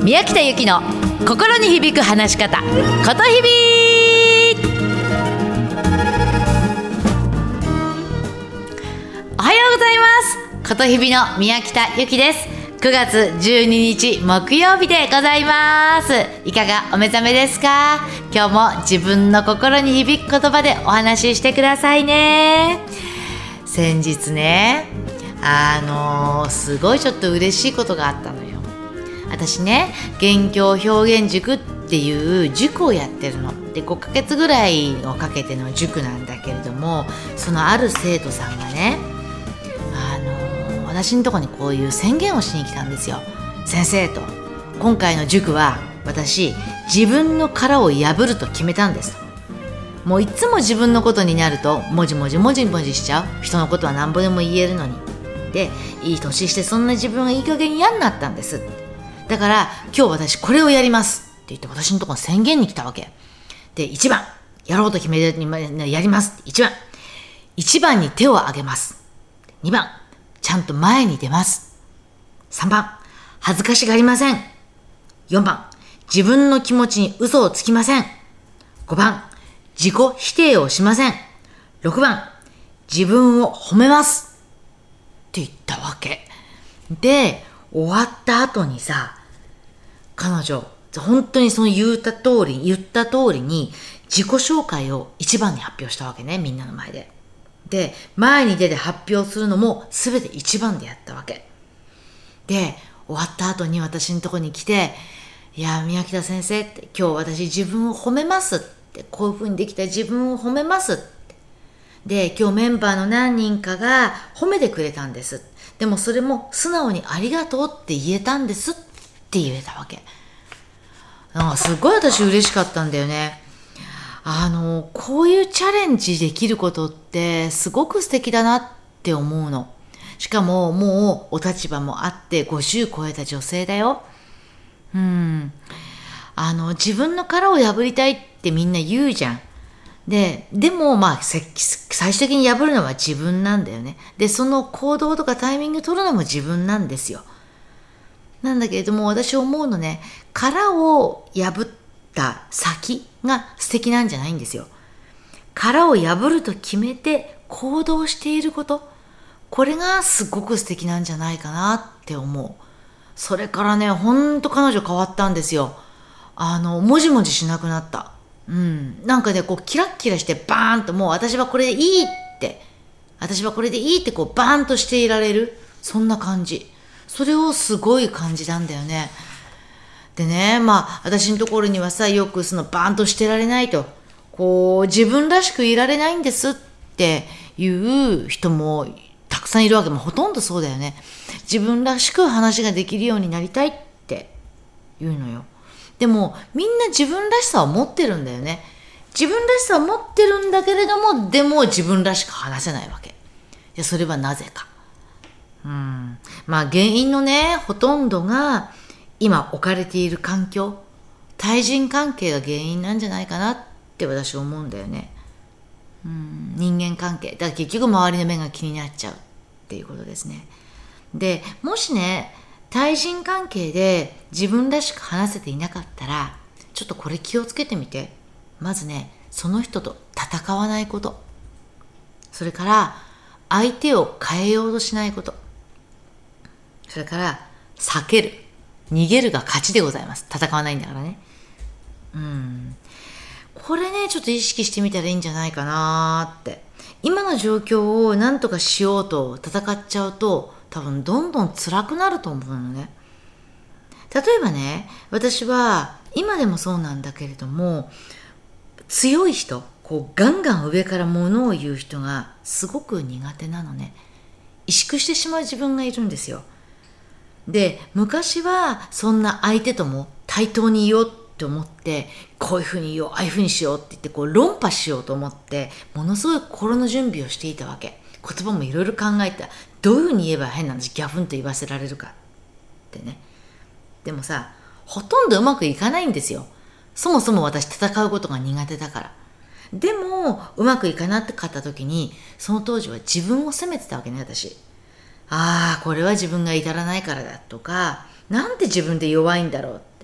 宮北由紀の心に響く話し方、ことひび。おはようございます。ことひびの宮北由紀です。9月12日木曜日でございます。いかがお目覚めですか？今日も自分の心に響く言葉でお話ししてくださいね。先日ね、すごいちょっと嬉しいことがあったのよ。私ね、元凶表現塾っていう塾をやってるので、5ヶ月ぐらいをかけての塾なんだけれども、そのある生徒さんがね、私のところにこういう宣言をしに来たんですよ。先生と、今回の塾は私自分の殻を破ると決めたんですと。もういつも自分のことになるともじもじしちゃう。人のことはなんぼでも言えるのに。で、いい年してそんな自分がいい加減嫌になったんです。だから今日私これをやりますって言って私のところに宣言に来たわけで、1番やろうと決めてやります。1番に手を挙げます。2番ちゃんと前に出ます。3番恥ずかしがりません。4番自分の気持ちに嘘をつきません。5番自己否定をしません。6番自分を褒めますって言ったわけで、終わった後にさ、彼女本当にその言った通りに自己紹介を1番に発表したわけね、みんなの前で。で、前に出て発表するのも全て1番でやったわけで、終わった後に私のとこに来て、いや宮北先生って、今日私自分を褒めますって、こういう風にできた自分を褒めますって。で、今日メンバーの何人かが褒めてくれたんです。でもそれも素直にありがとうって言えたんですって言えたわけ。すごい私嬉しかったんだよね。こういうチャレンジできることってすごく素敵だなって思うの。しかももうお立場もあって50超えた女性だよ。自分の殻を破りたいってみんな言うじゃん。でも最終的に破るのは自分なんだよね。で、その行動とかタイミング取るのも自分なんですよ。なんだけれども、私思うのね、殻を破った先が素敵なんじゃないんですよ。殻を破ると決めて行動していること、これがすごく素敵なんじゃないかなって思う。それからね、ほんと彼女変わったんですよ。もじもじしなくなった。なんかね、こうキラッキラしてバーンと、もう私はこれでいいってこうバーンとしていられる、そんな感じ。それをすごい感じたんだよね。でね、私のところにはさ、よくそのバーンとしてられないと、こう自分らしくいられないんですっていう人もたくさんいるわけ。もほとんどそうだよね。自分らしく話ができるようになりたいっていうのよ。でもみんな自分らしさを持ってるんだよね。自分らしさを持ってるんだけれども、でも自分らしく話せないわけ。いや、それはなぜか。原因のね、ほとんどが今置かれている環境、対人関係が原因なんじゃないかなって私は思うんだよね。人間関係だから結局周りの目が気になっちゃうっていうことですね。で、もしね、対人関係で自分らしく話せていなかったら、ちょっとこれ気をつけてみて。まずね、その人と戦わないこと、それから相手を変えようとしないこと、それから避ける、逃げるが勝ちでございます。戦わないんだからね。これね、ちょっと意識してみたらいいんじゃないかなって。今の状況を何とかしようと戦っちゃうと、多分どんどん辛くなると思うのね。例えばね、私は今でもそうなんだけれども、強い人、こうガンガン上から物を言う人がすごく苦手なのね。萎縮してしまう自分がいるんですよ。で、昔はそんな相手とも対等に言おうって思って、こういうふうに言おう、ああいうふうにしようって言って、こう論破しようと思って、ものすごい心の準備をしていたわけ。言葉もいろいろ考えた。どういうふうに言えば変な話、ギャフンと言わせられるかってね。でもさ、ほとんどうまくいかないんですよ。そもそも私戦うことが苦手だから。でもうまくいかなかった時に、その当時は自分を責めてたわけね、私。これは自分が至らないからだとか、なんで自分で弱いんだろうって。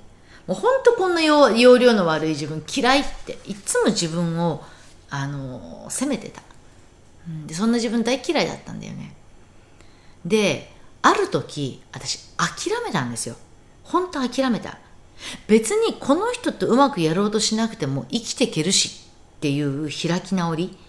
もうほんとこんな容量の悪い自分嫌いっていつも自分を責めてた、でそんな自分大嫌いだったんだよね。である時私諦めたんですよ。本当諦めた。別にこの人とうまくやろうとしなくても生きていけるしっていう開き直り。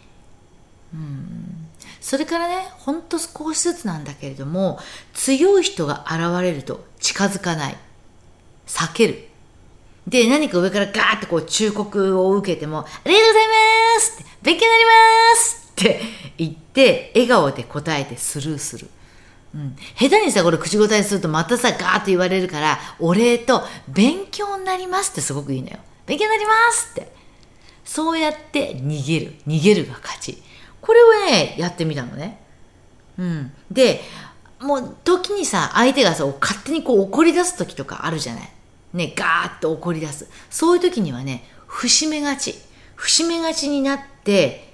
それからね、ほんと少しずつなんだけれども、強い人が現れると近づかない、避ける。で何か上からガーッてこう忠告を受けても、ありがとうございますって、勉強になりますって言って笑顔で答えてスルーする。下手にさこれ口答えするとまたさガーッと言われるから、お礼と勉強になりますってすごくいいのよ。勉強になりますって、そうやって逃げるが勝ち。これをねやってみたのね。でもう時にさ相手がさ勝手にこう怒り出す時とかあるじゃないね。ガーッと怒り出す、そういう時にはね伏目がちになって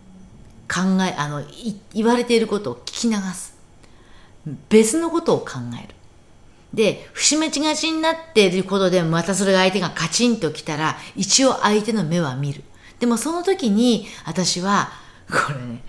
言われていることを聞き流す、別のことを考える。で伏目がちになっていることでまたそれが相手がカチンときたら一応相手の目は見る。でもその時に私はこれね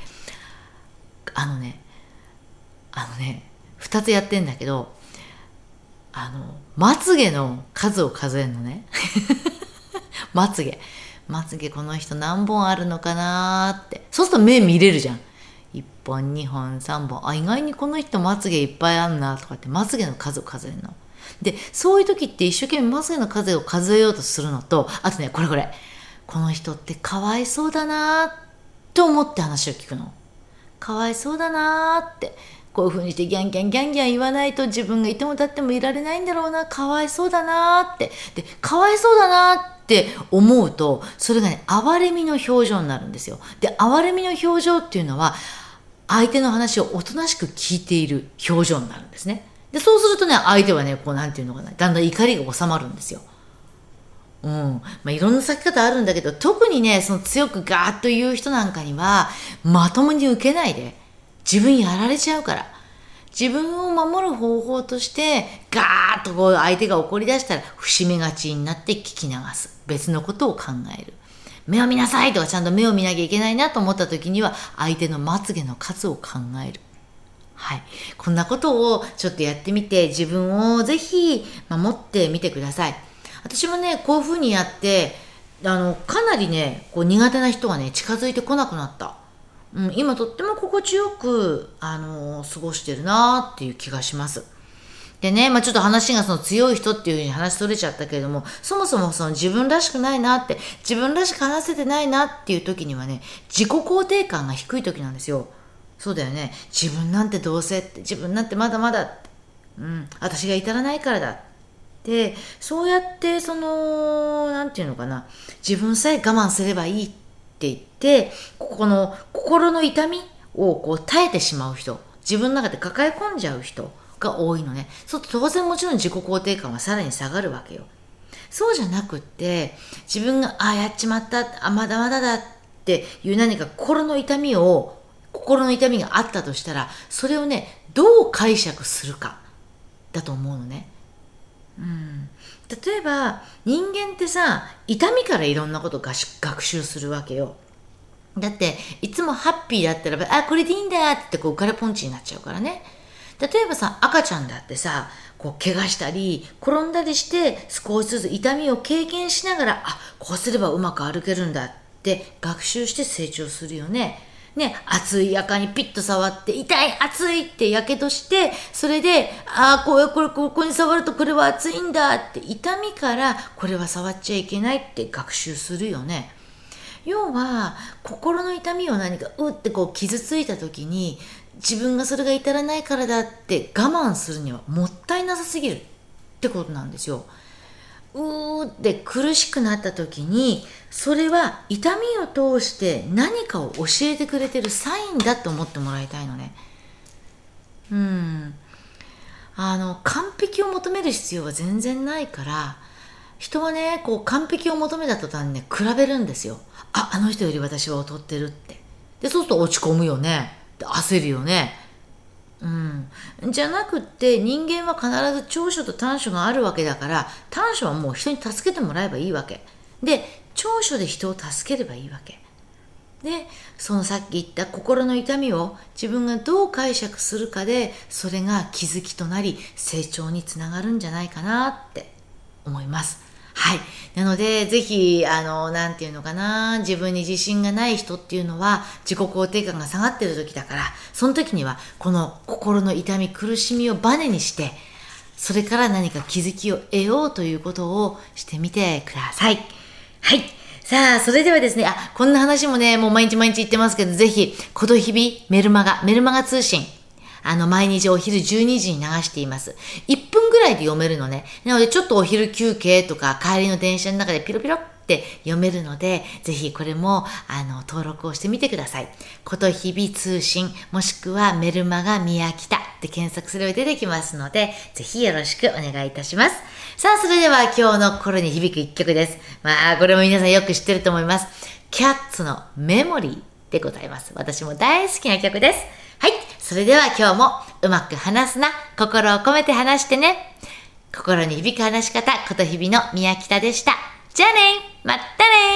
2つやってんだけど、まつげの数を数えるのねまつげこの人何本あるのかなって。そうすると目見れるじゃん。1本2本3本、意外にこの人まつげいっぱいあるなとかってまつげの数を数えるので、そういう時って一生懸命まつげの数を数えようとするのと、あとねこれこの人ってかわいそうだなと思って話を聞くの。かわいそうだなって、こういう風にしてギャンギャン言わないと自分がいても立ってもいられないんだろうな、かわいそうだなって。でかわいそうだなって思うとそれがね哀れみの表情になるんですよ。で哀れみの表情っていうのは相手の話をおとなしく聞いている表情になるんですね。でそうするとね相手はねこうなんていうのかな、だんだん怒りが収まるんですよ。いろんな咲き方あるんだけど、特にねその強くガーッと言う人なんかにはまともに受けないで、自分やられちゃうから。自分を守る方法としてガーッとこう相手が怒り出したら伏目がちになって聞き流す、別のことを考える。目を見なさいとかちゃんと目を見なきゃいけないなと思った時には相手のまつげの数を考える。こんなことをちょっとやってみて自分をぜひ守ってみてください。私もねこういう風にやってかなりねこう苦手な人がね近づいてこなくなった。今とっても心地よく過ごしてるなっていう気がします。でね、ちょっと話がその強い人っていう風に話それちゃったけれども、そもそもその自分らしくないなって、自分らしく話せてないなっていう時にはね、自己肯定感が低い時なんですよ。そうだよね。自分なんてどうせって、自分なんてまだまだって、私が至らないからだって、そうやってなんていうのかな、自分さえ我慢すればいいって言って、この心の痛みをこう耐えてしまう人、自分の中で抱え込んじゃう人が多いのね。そう当然もちろん自己肯定感はさらに下がるわけよ。そうじゃなくって自分がやっちまった、まだまだだっていう何か心の痛みがあったとしたら、それをねどう解釈するかだと思うのね。例えば人間ってさ、痛みからいろんなことを学習するわけよ。だっていつもハッピーだったらこれでいいんだってこう浮かれポンチになっちゃうからね。例えばさ赤ちゃんだってさこう怪我したり転んだりして少しずつ痛みを経験しながらこうすればうまく歩けるんだって学習して成長するよね。熱い赤にピッと触って痛い熱いってやけどして、それでここに触るとこれは熱いんだって痛みからこれは触っちゃいけないって学習するよね。要は心の痛みを何かってこう傷ついた時に自分がそれが至らないからだって我慢するにはもったいなさすぎるってことなんですよ。って苦しくなった時にそれは痛みを通して何かを教えてくれてるサインだと思ってもらいたいのね。完璧を求める必要は全然ないから、人はねこう完璧を求めた途端にね比べるんですよ。あの人より私は劣ってるって。でそうすると落ち込むよね。焦るよね。 じゃなくって人間は必ず長所と短所があるわけだから、短所はもう人に助けてもらえばいいわけで、長所で人を助ければいいわけで、そのさっき言った心の痛みを自分がどう解釈するかで、それが気づきとなり成長につながるんじゃないかなって思います。はい。なので、ぜひ、なんていうのかな、自分に自信がない人っていうのは、自己肯定感が下がってる時だから、その時には、この心の痛み、苦しみをバネにして、それから何か気づきを得ようということをしてみてください。はい。さあ、それではですね、こんな話もね、もう毎日言ってますけど、ぜひ、ことひびメルマガ通信。毎日お昼12時に流しています。1分ぐらいで読めるのね。なのでちょっとお昼休憩とか帰りの電車の中でピロピロって読めるので、ぜひこれも登録をしてみてください。ことひび通信もしくはメルマガ宮北って検索すれば出てきますので、ぜひよろしくお願いいたします。さあ、それでは今日の心に響く一曲です。これも皆さんよく知ってると思います。キャッツのメモリーでございます。私も大好きな曲です。はい。それでは今日もうまく話すな、心を込めて話してね。心に響く話し方、ことひびの宮北でした。じゃあね、まったね。